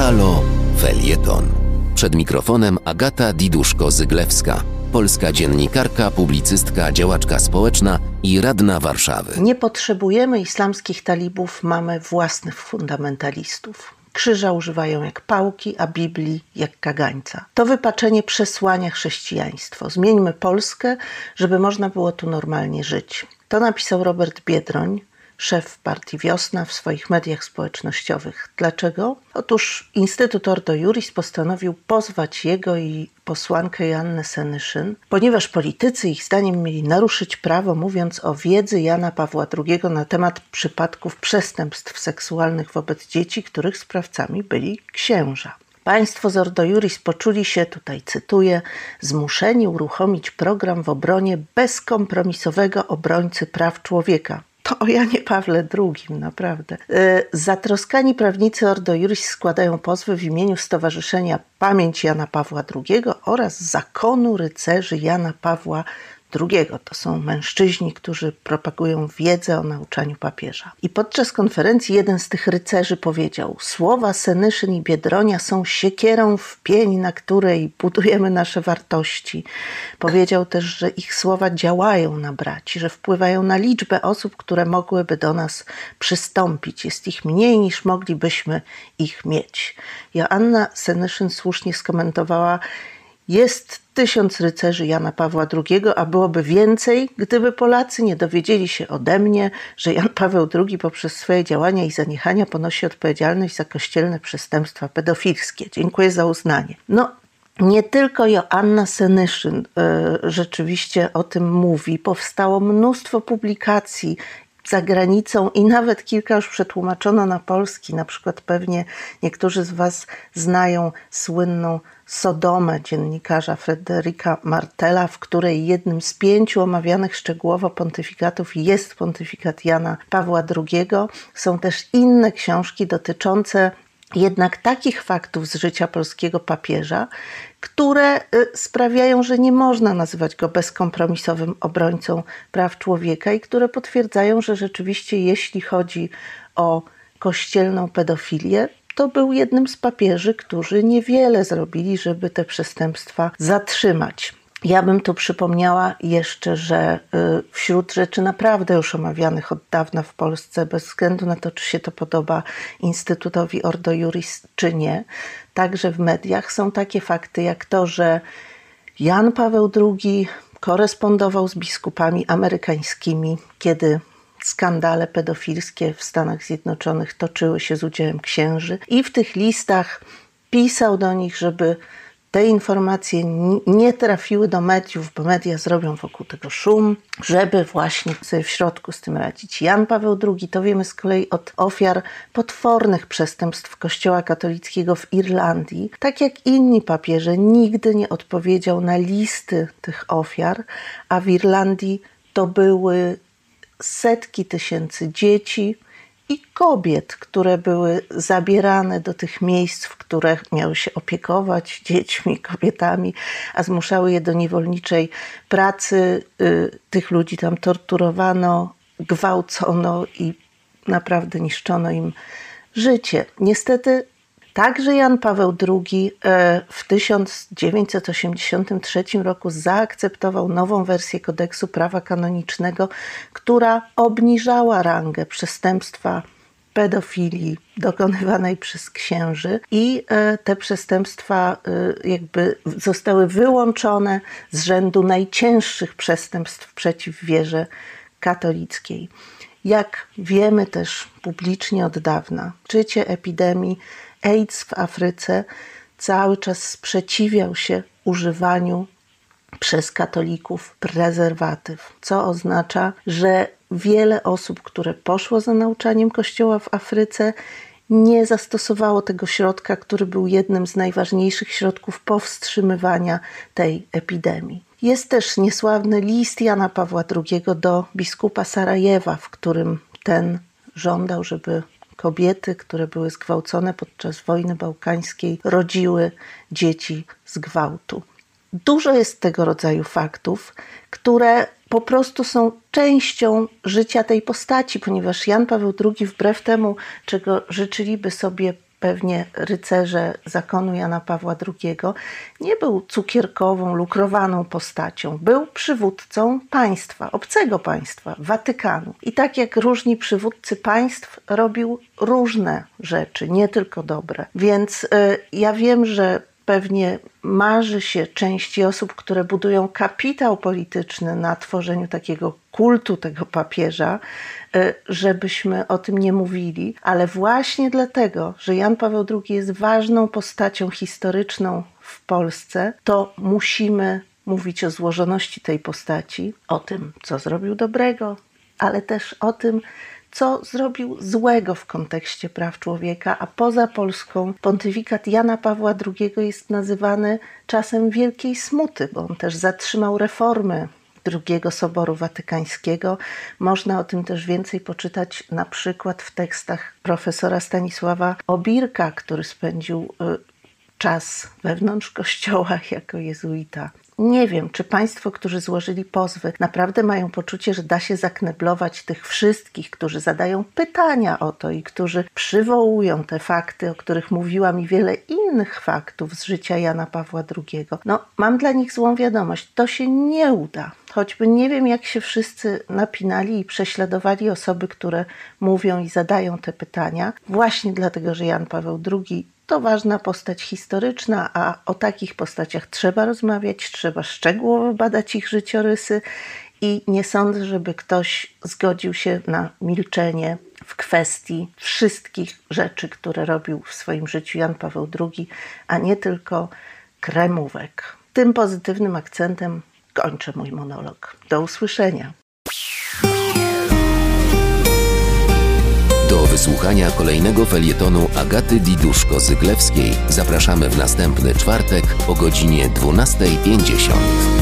Halo Felieton. Przed mikrofonem Agata Diduszko-Zyglewska, polska dziennikarka, publicystka, działaczka społeczna i radna Warszawy. Nie potrzebujemy islamskich talibów, mamy własnych fundamentalistów. Krzyża używają jak pałki, a Biblii jak kagańca. To wypaczenie przesłania chrześcijaństwo. Zmieńmy Polskę, żeby można było tu normalnie żyć. To napisał Robert Biedroń, szef partii Wiosna, w swoich mediach społecznościowych. Dlaczego? Otóż Instytut Ordo Iuris postanowił pozwać jego i posłankę Joannę Senyszyn, ponieważ politycy ich zdaniem mieli naruszyć prawo, mówiąc o wiedzy Jana Pawła II na temat przypadków przestępstw seksualnych wobec dzieci, których sprawcami byli księża. Państwo z Ordo Iuris poczuli się, tutaj cytuję, zmuszeni uruchomić program w obronie bezkompromisowego obrońcy praw człowieka. To o Janie Pawle II, naprawdę. Zatroskani prawnicy Ordo Iuris składają pozwy w imieniu Stowarzyszenia Pamięć Jana Pawła II oraz Zakonu Rycerzy Jana Pawła II. To są mężczyźni, którzy propagują wiedzę o nauczaniu papieża. I podczas konferencji jeden z tych rycerzy powiedział: słowa Senyszyn i Biedronia są siekierą w pień, na której budujemy nasze wartości. Powiedział też, że ich słowa działają na braci, że wpływają na liczbę osób, które mogłyby do nas przystąpić. Jest ich mniej niż moglibyśmy ich mieć. Joanna Senyszyn słusznie skomentowała: jest 1000 rycerzy Jana Pawła II, a byłoby więcej, gdyby Polacy nie dowiedzieli się ode mnie, że Jan Paweł II poprzez swoje działania i zaniechania ponosi odpowiedzialność za kościelne przestępstwa pedofilskie. Dziękuję za uznanie. Nie tylko Joanna Senyszyn rzeczywiście o tym mówi. Powstało mnóstwo publikacji za granicą i nawet kilka już przetłumaczono na polski. Na przykład pewnie niektórzy z Was znają słynną Sodomę dziennikarza Fryderyka Martela, w której jednym z 5 omawianych szczegółowo pontyfikatów jest pontyfikat Jana Pawła II. Są też inne książki dotyczące jednak takich faktów z życia polskiego papieża, które sprawiają, że nie można nazywać go bezkompromisowym obrońcą praw człowieka i które potwierdzają, że rzeczywiście jeśli chodzi o kościelną pedofilię, to był jednym z papieży, którzy niewiele zrobili, żeby te przestępstwa zatrzymać. Ja bym tu przypomniała jeszcze, że wśród rzeczy naprawdę już omawianych od dawna w Polsce, bez względu na to, czy się to podoba Instytutowi Ordo Iuris, czy nie, także w mediach są takie fakty jak to, że Jan Paweł II korespondował z biskupami amerykańskimi, kiedy skandale pedofilskie w Stanach Zjednoczonych toczyły się z udziałem księży i w tych listach pisał do nich, żeby te informacje nie trafiły do mediów, bo media zrobią wokół tego szum, żeby właśnie sobie w środku z tym radzić. Jan Paweł II, to wiemy z kolei od ofiar potwornych przestępstw Kościoła katolickiego w Irlandii, tak jak inni papieże, nigdy nie odpowiedział na listy tych ofiar, a w Irlandii to były setki tysięcy dzieci i kobiet, które były zabierane do tych miejsc, w których miały się opiekować dziećmi, kobietami, a zmuszały je do niewolniczej pracy. Tych ludzi tam torturowano, gwałcono i naprawdę niszczono im życie. Niestety także Jan Paweł II w 1983 roku zaakceptował nową wersję kodeksu prawa kanonicznego, która obniżała rangę przestępstwa pedofilii dokonywanej przez księży i te przestępstwa jakby zostały wyłączone z rzędu najcięższych przestępstw przeciw wierze katolickiej. Jak wiemy też publicznie od dawna, w szczycie epidemii AIDS w Afryce cały czas sprzeciwiał się używaniu przez katolików prezerwatyw, co oznacza, że wiele osób, które poszło za nauczaniem Kościoła w Afryce, nie zastosowało tego środka, który był jednym z najważniejszych środków powstrzymywania tej epidemii. Jest też niesławny list Jana Pawła II do biskupa Sarajewa, w którym ten żądał, żeby kobiety, które były zgwałcone podczas wojny bałkańskiej, rodziły dzieci z gwałtu. Dużo jest tego rodzaju faktów, które po prostu są częścią życia tej postaci, ponieważ Jan Paweł II, wbrew temu, czego życzyliby sobie pewnie rycerze zakonu Jana Pawła II, nie był cukierkową, lukrowaną postacią. Był przywódcą państwa, obcego państwa, Watykanu. I tak jak różni przywódcy państw, robił różne rzeczy, nie tylko dobre. Więc ja wiem, że pewnie marzy się części osób, które budują kapitał polityczny na tworzeniu takiego kultu tego papieża, żebyśmy o tym nie mówili, ale właśnie dlatego, że Jan Paweł II jest ważną postacią historyczną w Polsce, to musimy mówić o złożoności tej postaci, o tym, co zrobił dobrego, ale też o tym, co zrobił złego w kontekście praw człowieka, a poza Polską pontyfikat Jana Pawła II jest nazywany czasem wielkiej smuty, bo on też zatrzymał reformy II Soboru Watykańskiego. Można o tym też więcej poczytać na przykład w tekstach profesora Stanisława Obirka, który spędził czas wewnątrz kościoła jako jezuita. Nie wiem, czy państwo, którzy złożyli pozwy, naprawdę mają poczucie, że da się zakneblować tych wszystkich, którzy zadają pytania o to i którzy przywołują te fakty, o których mówiłam, i wiele innych faktów z życia Jana Pawła II. No, mam dla nich złą wiadomość. To się nie uda. Choćby nie wiem, jak się wszyscy napinali i prześladowali osoby, które mówią i zadają te pytania, właśnie dlatego, że Jan Paweł II to ważna postać historyczna, a o takich postaciach trzeba rozmawiać, trzeba szczegółowo badać ich życiorysy i nie sądzę, żeby ktoś zgodził się na milczenie w kwestii wszystkich rzeczy, które robił w swoim życiu Jan Paweł II, a nie tylko kremówek. Tym pozytywnym akcentem kończę mój monolog. Do usłyszenia. Do wysłuchania kolejnego felietonu Agaty Diduszko-Zyglewskiej zapraszamy w następny czwartek o godzinie 12:50.